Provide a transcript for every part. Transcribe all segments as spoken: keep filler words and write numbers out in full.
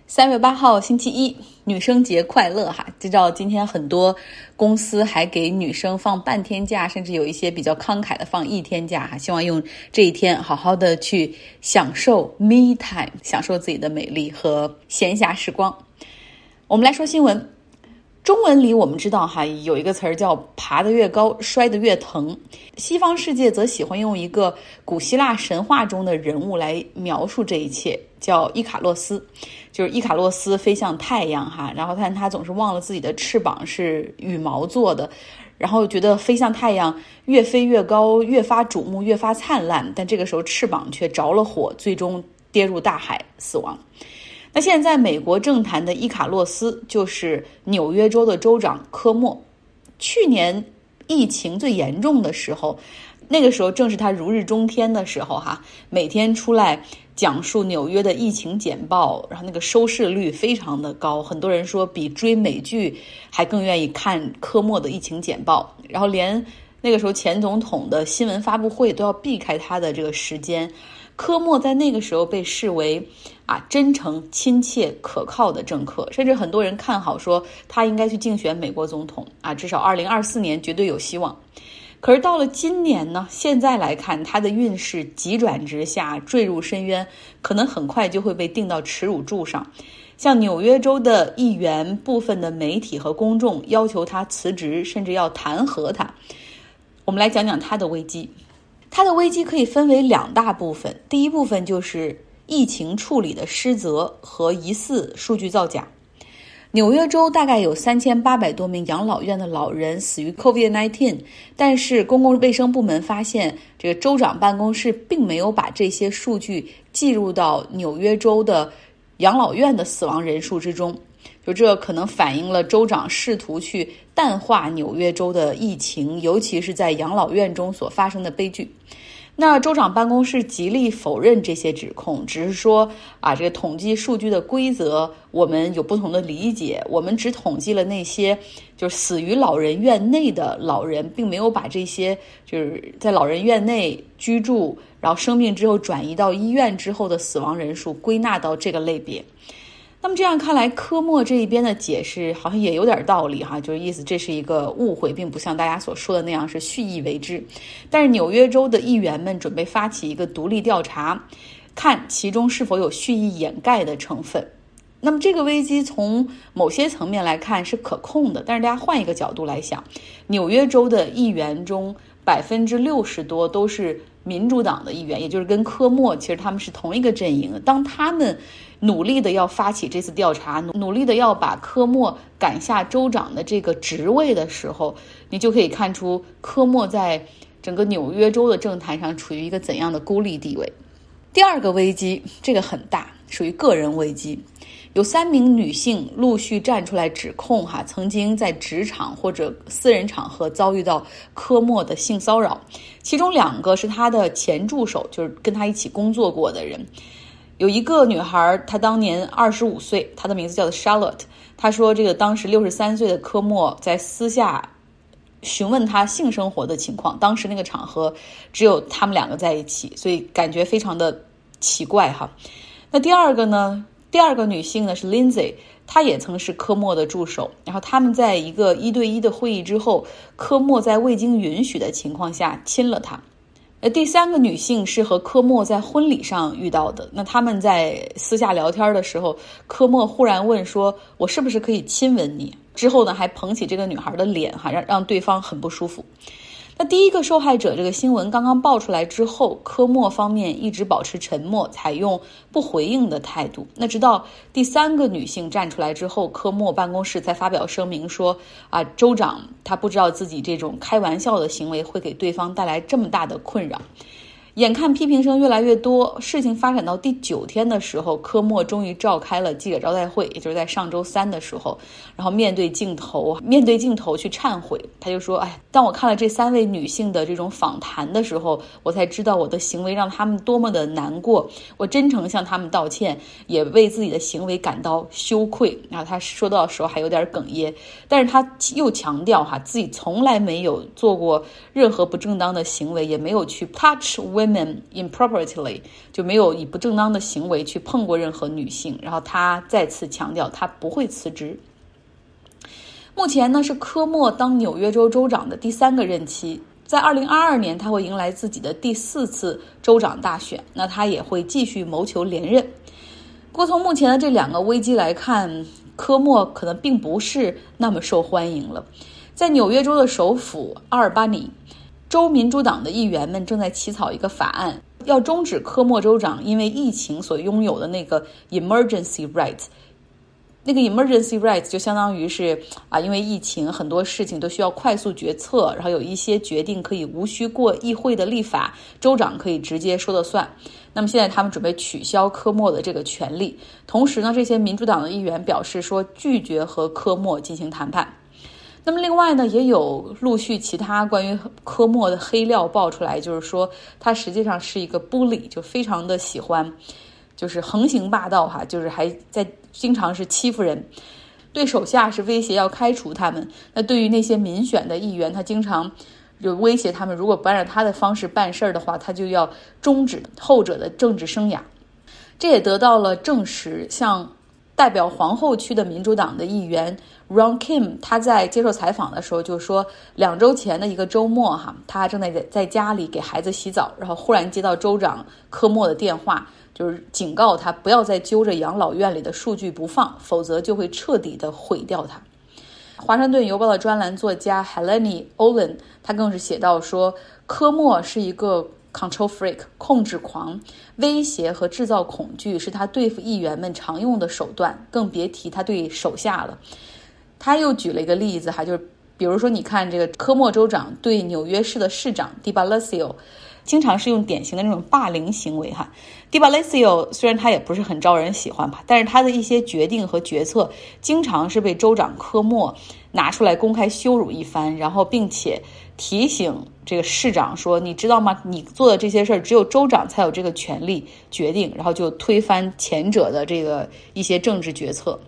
三月八号星期一，女生节快乐哈！知道今天很多公司还给女生放半天假，甚至有一些比较慷慨的放一天假哈。希望用这一天好好的去享受 me time， 享受自己的美丽和闲暇时光。我们来说新闻。中文里我们知道哈，有一个词儿叫爬得越高摔得越疼。西方世界则喜欢用一个古希腊神话中的人物来描述这一切，叫伊卡洛斯。就是伊卡洛斯飞向太阳哈，然后但他总是忘了自己的翅膀是羽毛做的，然后觉得飞向太阳越飞越高，越发瞩目，越发灿烂，但这个时候翅膀却着了火，最终跌入大海死亡。那现在美国政坛的伊卡洛斯就是纽约州的州长科莫。去年疫情最严重的时候，那个时候正是他如日中天的时候哈，每天出来讲述纽约的疫情简报，然后那个收视率非常的高，很多人说比追美剧还更愿意看科莫的疫情简报，然后连那个时候前总统的新闻发布会都要避开他的这个时间。科莫在那个时候被视为啊真诚、亲切、可靠的政客，甚至很多人看好说他应该去竞选美国总统啊，至少二零二四年绝对有希望。可是到了今年呢，现在来看他的运势急转直下，坠入深渊，可能很快就会被钉到耻辱柱上。像纽约州的议员、部分的媒体和公众要求他辞职，甚至要弹劾他。我们来讲讲他的危机。它的危机可以分为两大部分，第一部分就是疫情处理的失责和疑似数据造假。纽约州大概有三千八百多名养老院的老人死于 COVID 十九， 但是公共卫生部门发现这个州长办公室并没有把这些数据记录到纽约州的养老院的死亡人数之中。就这可能反映了州长试图去淡化纽约州的疫情，尤其是在养老院中所发生的悲剧。那州长办公室极力否认这些指控，只是说啊，这个统计数据的规则我们有不同的理解，我们只统计了那些就是死于老人院内的老人，并没有把这些就是在老人院内居住，然后生病之后转移到医院之后的死亡人数归纳到这个类别。那么这样看来，科莫这一边的解释好像也有点道理哈，就是意思这是一个误会，并不像大家所说的那样是蓄意为之。但是纽约州的议员们准备发起一个独立调查，看其中是否有蓄意掩盖的成分。那么这个危机从某些层面来看是可控的，但是大家换一个角度来想，纽约州的议员中百分之六十多都是民主党的议员，也就是跟科莫其实他们是同一个阵营的。当他们努力的要发起这次调查，努力的要把科莫赶下州长的这个职位的时候，你就可以看出科莫在整个纽约州的政坛上处于一个怎样的孤立地位。第二个危机，这个很大，属于个人危机。有三名女性陆续站出来指控哈，曾经在职场或者私人场合遭遇到科莫的性骚扰，其中两个是他的前助手，就是跟他一起工作过的人。有一个女孩，她当年二十五岁，她的名字叫做 Charlotte。她说，这个当时六十三岁的科莫在私下询问她性生活的情况，当时那个场合只有他们两个在一起，所以感觉非常的奇怪哈。那第二个呢？第二个女性呢是 Lindsay， 她也曾是科莫的助手。然后他们在一个一对一的会议之后，科莫在未经允许的情况下亲了她。呃，第三个女性是和科莫在婚礼上遇到的。那他们在私下聊天的时候，科莫忽然问说：“我是不是可以亲吻你？”之后呢，还捧起这个女孩的脸，哈，让让对方很不舒服。那第一个受害者这个新闻刚刚爆出来之后，科莫方面一直保持沉默，采用不回应的态度。那直到第三个女性站出来之后，科莫办公室才发表声明说啊，州长他不知道自己这种开玩笑的行为会给对方带来这么大的困扰。眼看批评声越来越多，事情发展到第九天的时候，科莫终于召开了记者招待会，也就是在上周三的时候，然后面对镜头，面对镜头去忏悔。他就说：“哎，当我看了这三位女性的这种访谈的时候，我才知道我的行为让他们多么的难过。我真诚向他们道歉，也为自己的行为感到羞愧。”然后他说到的时候还有点哽咽，但是他又强调哈，自己从来没有做过任何不正当的行为，也没有去 touch women。 women inappropriately， 就没有以不正当的行为去碰过任何女性。然后他再次强调他不会辞职。目前呢是科莫当纽约州州长的第三个任期，在二零二二年他会迎来自己的第四次州长大选，那他也会继续谋求连任。不过从目前的这两个危机来看，科莫可能并不是那么受欢迎了。在纽约州的首府阿尔巴尼，州民主党的议员们正在起草一个法案，要终止科莫州长因为疫情所拥有的那个 emergency rights。那个 emergency rights 就相当于是啊，因为疫情很多事情都需要快速决策，然后有一些决定可以无需过议会的立法，州长可以直接说了算。那么现在他们准备取消科莫的这个权利，同时呢，这些民主党的议员表示说拒绝和科莫进行谈判。那么另外呢，也有陆续其他关于科莫的黑料爆出来，就是说他实际上是一个 bully， 就非常的喜欢就是横行霸道哈，就是还在经常是欺负人，对手下是威胁要开除他们。那对于那些民选的议员，他经常就威胁他们，如果不按照他的方式办事的话，他就要终止后者的政治生涯。这也得到了证实，像代表皇后区的民主党的议员 Ron Kim， 他在接受采访的时候就说，两周前的一个周末哈，他正在在家里给孩子洗澡，然后忽然接到州长科莫的电话，就是警告他不要再揪着养老院里的数据不放，否则就会彻底的毁掉它。华盛顿邮报的专栏作家 Helene Olin 他更是写到说，科莫是一个 control freak 控制狂，威胁和制造恐惧是他对付议员们常用的手段，更别提他对手下了。他又举了一个例子哈，就是比如说你看这个科莫州长对纽约市的市长 de Blasio经常是用典型的那种霸凌行为哈。de Blasio虽然他也不是很招人喜欢吧，但是他的一些决定和决策经常是被州长科莫拿出来公开羞辱一番，然后并且提醒这个市长说，你知道吗，你做的这些事儿只有州长才有这个权利决定，然后就推翻前者的这个一些政治决策。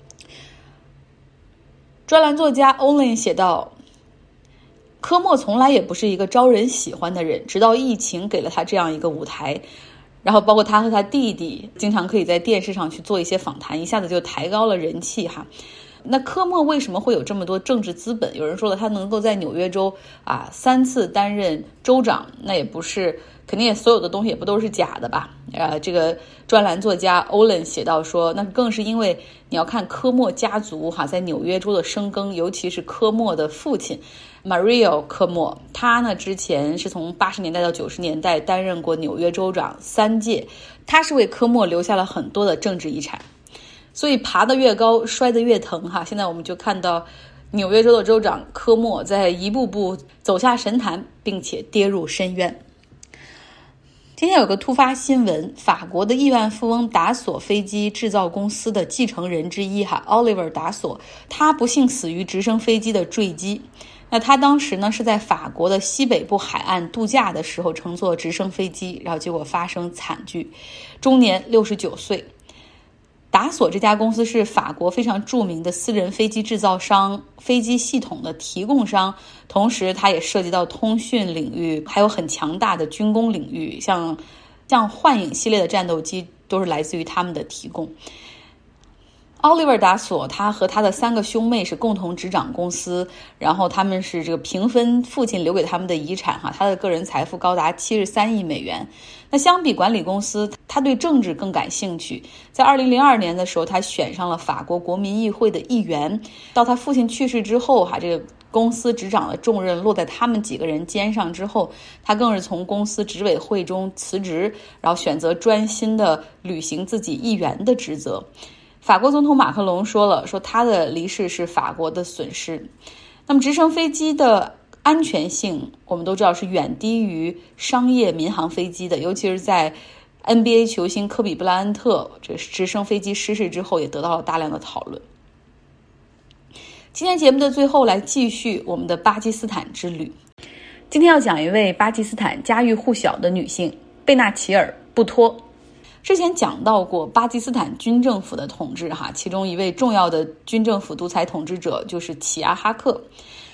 专栏作家 Olin 写道，科莫从来也不是一个招人喜欢的人，直到疫情给了他这样一个舞台，然后包括他和他弟弟经常可以在电视上去做一些访谈，一下子就抬高了人气哈。那科莫为什么会有这么多政治资本？有人说了，他能够在纽约州啊三次担任州长，那也不是肯定也所有的东西也不都是假的吧？呃，这个专栏作家 Olin 写到说，那更是因为你要看科莫家族哈在纽约州的深耕，尤其是科莫的父亲 Mario 科莫，他呢之前是从八十年代到九十年代担任过纽约州长三届，他是为科莫留下了很多的政治遗产。所以爬得越高摔得越疼哈，现在我们就看到纽约州的州长科莫在一步步走下神坛，并且跌入深渊。今天有个突发新闻，法国的亿万富翁达索飞机制造公司的继承人之一哈 Oliver 达索，他不幸死于直升飞机的坠机。那他当时呢是在法国的西北部海岸度假的时候乘坐直升飞机，然后结果发生惨剧，终年六十九岁。达索这家公司是法国非常著名的私人飞机制造商、飞机系统的提供商，同时它也涉及到通讯领域，还有很强大的军工领域，像像幻影系列的战斗机都是来自于他们的提供。Oliver 达索他和他的三个兄妹是共同执掌公司，然后他们是这个平分父亲留给他们的遗产哈，他的个人财富高达七十三亿美元。那相比管理公司，他对政治更感兴趣。在二零零二年的时候，他选上了法国国民议会的议员。到他父亲去世之后哈，这个公司执掌的重任落在他们几个人肩上之后，他更是从公司执委会中辞职，然后选择专心的履行自己议员的职责。法国总统马克龙说了，说他的离世是法国的损失。那么直升飞机的安全性我们都知道是远低于商业民航飞机的，尤其是在 N B A 球星科比布莱恩特这直升飞机失事之后，也得到了大量的讨论。今天节目的最后，来继续我们的巴基斯坦之旅。今天要讲一位巴基斯坦家喻户晓的女性贝纳齐尔·布托。之前讲到过巴基斯坦军政府的统治哈，其中一位重要的军政府独裁统治者就是齐亚哈克。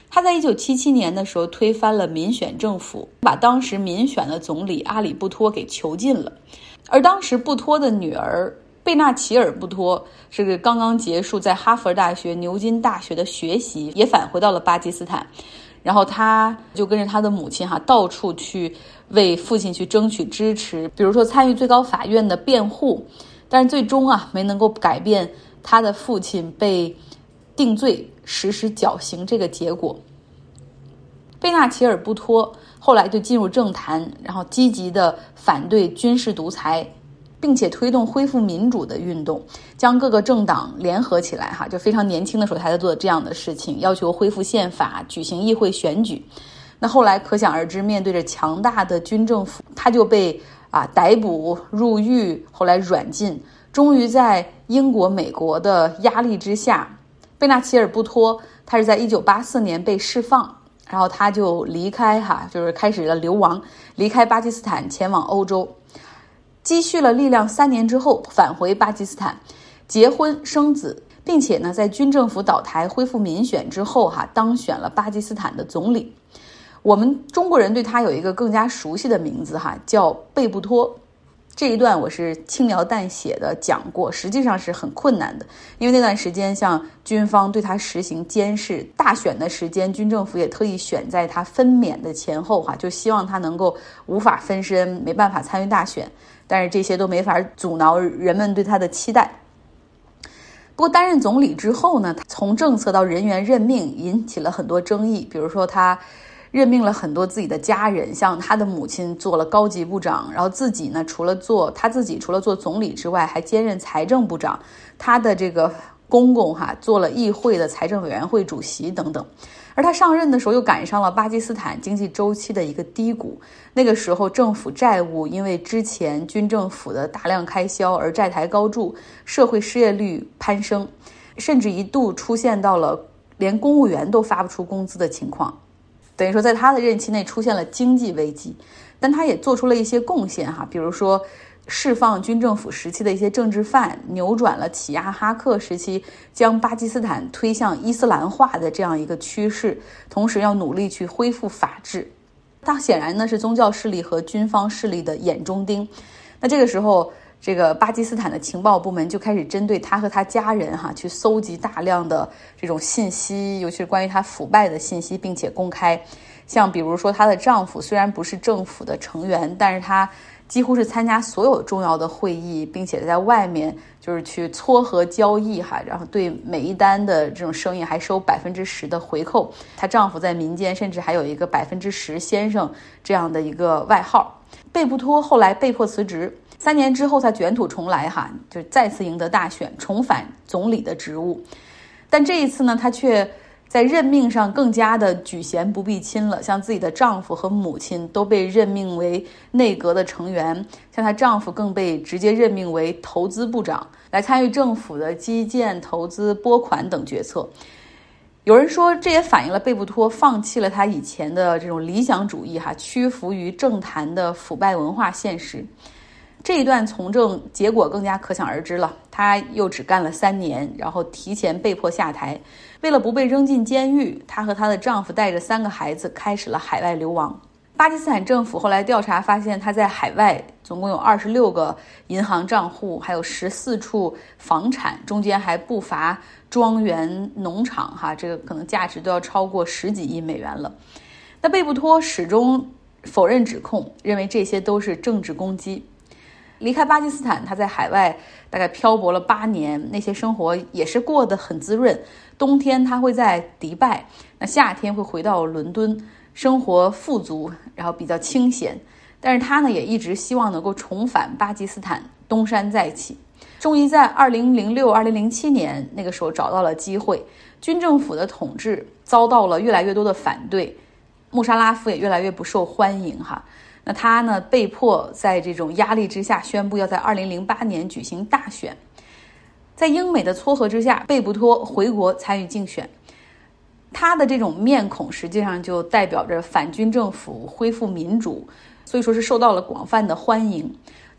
他在一九七七年的时候推翻了民选政府，把当时民选的总理阿里布托给囚禁了。而当时布托的女儿贝纳齐尔布托是个刚刚结束在哈佛大学、牛津大学的学习，也返回到了巴基斯坦。然后他就跟着他的母亲哈，到处去为父亲去争取支持，比如说参与最高法院的辩护，但是最终啊没能够改变他的父亲被定罪实施绞刑这个结果。贝纳齐尔布托后来就进入政坛，然后积极的反对军事独裁，并且推动恢复民主的运动，将各个政党联合起来哈，就非常年轻的时候他在做这样的事情，要求恢复宪法，举行议会选举。那后来可想而知，面对着强大的军政府，他就被啊逮捕入狱，后来软禁，终于在英国、美国的压力之下，贝纳齐尔布托他是在一九八四年被释放，然后他就离开哈，就是开始了流亡，离开巴基斯坦前往欧洲，积蓄了力量三年之后返回巴基斯坦，结婚生子，并且呢在军政府倒台恢复民选之后哈，当选了巴基斯坦的总理。我们中国人对他有一个更加熟悉的名字哈，叫贝布托。这一段我是轻描淡写的讲过，实际上是很困难的，因为那段时间像军方对他实行监视，大选的时间军政府也特意选在他分娩的前后哈，就希望他能够无法分身，没办法参与大选，但是这些都没法阻挠人们对他的期待。不过担任总理之后呢，从政策到人员任命引起了很多争议，比如说他任命了很多自己的家人，像他的母亲做了高级部长，然后自己呢，除了做他自己除了做总理之外，还兼任财政部长，他的这个公公哈做了议会的财政委员会主席等等。而他上任的时候又赶上了巴基斯坦经济周期的一个低谷，那个时候政府债务因为之前军政府的大量开销而债台高筑，社会失业率攀升，甚至一度出现到了连公务员都发不出工资的情况。等于说在他的任期内出现了经济危机，但他也做出了一些贡献哈，比如说释放军政府时期的一些政治犯，扭转了起亚哈克时期将巴基斯坦推向伊斯兰化的这样一个趋势，同时要努力去恢复法治。他显然呢是宗教势力和军方势力的眼中钉。那这个时候这个巴基斯坦的情报部门就开始针对他和他家人哈去搜集大量的这种信息，尤其是关于他腐败的信息，并且公开。像比如说她的丈夫虽然不是政府的成员，但是他几乎是参加所有重要的会议，并且在外面就是去撮合交易哈，然后对每一单的这种生意还收百分之十的回扣。她丈夫在民间甚至还有一个百分之十先生这样的一个外号。贝布托后来被迫辞职，三年之后他卷土重来哈，就再次赢得大选，重返总理的职务。但这一次呢，他却在任命上更加的举贤不避亲了，像自己的丈夫和母亲都被任命为内阁的成员，像她丈夫更被直接任命为投资部长，来参与政府的基建、投资、拨款等决策。有人说这也反映了贝布托放弃了他以前的这种理想主义哈，屈服于政坛的腐败文化现实。这一段从政结果更加可想而知了，他又只干了三年，然后提前被迫下台。为了不被扔进监狱，她和她的丈夫带着三个孩子开始了海外流亡。巴基斯坦政府后来调查发现，她在海外总共有二十六个银行账户，还有十四处房产，中间还不乏庄园、农场哈，这个可能价值都要超过十几亿美元了。那贝布托始终否认指控，认为这些都是政治攻击。离开巴基斯坦，他在海外大概漂泊了八年，那些生活也是过得很滋润。冬天他会在迪拜，那夏天会回到伦敦，生活富足，然后比较清闲。但是他呢，也一直希望能够重返巴基斯坦，东山再起。终于在二零零六、二零零七年那个时候找到了机会，军政府的统治遭到了越来越多的反对，穆沙拉夫也越来越不受欢迎哈。那他呢，被迫在这种压力之下宣布要在二零零八年举行大选。在英美的撮合之下，贝布托回国参与竞选。他的这种面孔实际上就代表着反军政府、恢复民主，所以说是受到了广泛的欢迎。那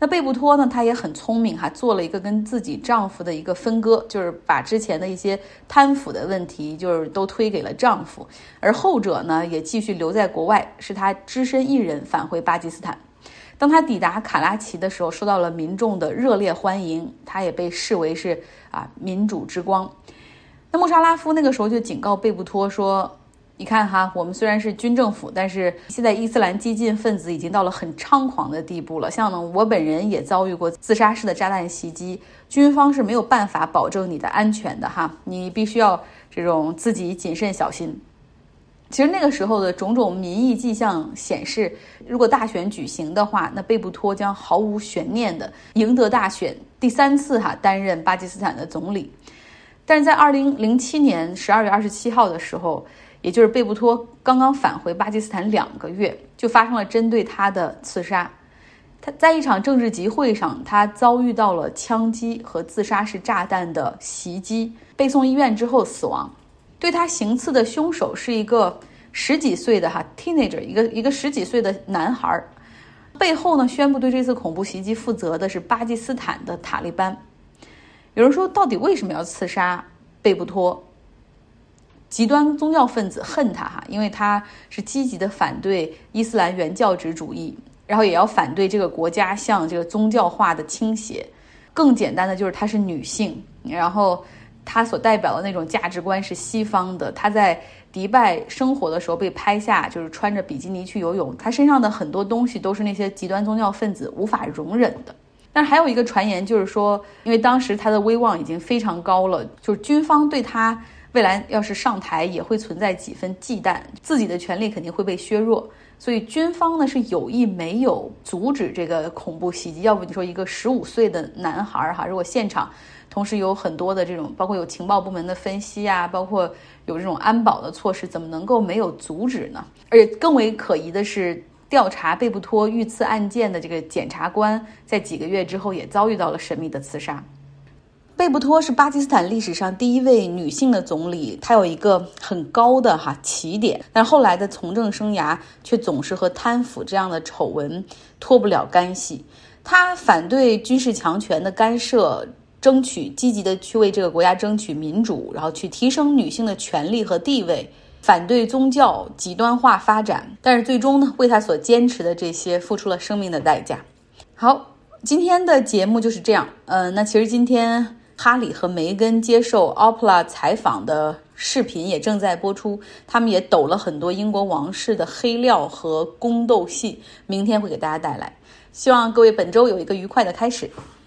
那贝布托呢，她也很聪明哈，做了一个跟自己丈夫的一个分割，就是把之前的一些贪腐的问题就是都推给了丈夫，而后者呢也继续留在国外，是她只身一人返回巴基斯坦。当他抵达卡拉奇的时候，受到了民众的热烈欢迎，他也被视为是啊民主之光。那穆沙拉夫那个时候就警告贝布托说，你看哈，我们虽然是军政府，但是现在伊斯兰激进分子已经到了很猖狂的地步了，像呢我本人也遭遇过自杀式的炸弹袭击，军方是没有办法保证你的安全的哈，你必须要这种自己谨慎小心。其实那个时候的种种民意迹象显示，如果大选举行的话，那贝布托将毫无悬念的赢得大选，第三次哈担任巴基斯坦的总理。但是在二零零七年十二月二十七号的时候，也就是贝布托刚刚返回巴基斯坦两个月，就发生了针对他的刺杀。他在一场政治集会上，他遭遇到了枪击和自杀式炸弹的袭击，被送医院之后死亡。对他行刺的凶手是一个十几岁的哈 teenager， 一个一个十几岁的男孩。背后呢，宣布对这次恐怖袭击负责的是巴基斯坦的塔利班。有人说，到底为什么要刺杀贝布托？极端宗教分子恨他哈，因为他是积极的反对伊斯兰原教旨主义，然后也要反对这个国家向这个宗教化的倾斜。更简单的就是她是女性，然后她所代表的那种价值观是西方的。她在迪拜生活的时候被拍下，就是穿着比基尼去游泳，她身上的很多东西都是那些极端宗教分子无法容忍的。但是还有一个传言就是说，因为当时她的威望已经非常高了，就是军方对她未来要是上台也会存在几分忌惮，自己的权力肯定会被削弱，所以军方呢是有意没有阻止这个恐怖袭击。要不你说一个十五岁的男孩哈，如果现场同时有很多的这种，包括有情报部门的分析啊，包括有这种安保的措施，怎么能够没有阻止呢？而且更为可疑的是，调查贝布托遇刺案件的这个检察官在几个月之后也遭遇到了神秘的刺杀。贝布托是巴基斯坦历史上第一位女性的总理，她有一个很高的哈起点，但后来的从政生涯却总是和贪腐这样的丑闻脱不了干系。她反对军事强权的干涉，争取积极的去为这个国家争取民主，然后去提升女性的权利和地位，反对宗教极端化发展，但是最终呢，为她所坚持的这些付出了生命的代价。好，今天的节目就是这样。呃，那其实今天哈里和梅根接受 Opera 采访的视频也正在播出，他们也抖了很多英国王室的黑料和宫斗戏，明天会给大家带来。希望各位本周有一个愉快的开始。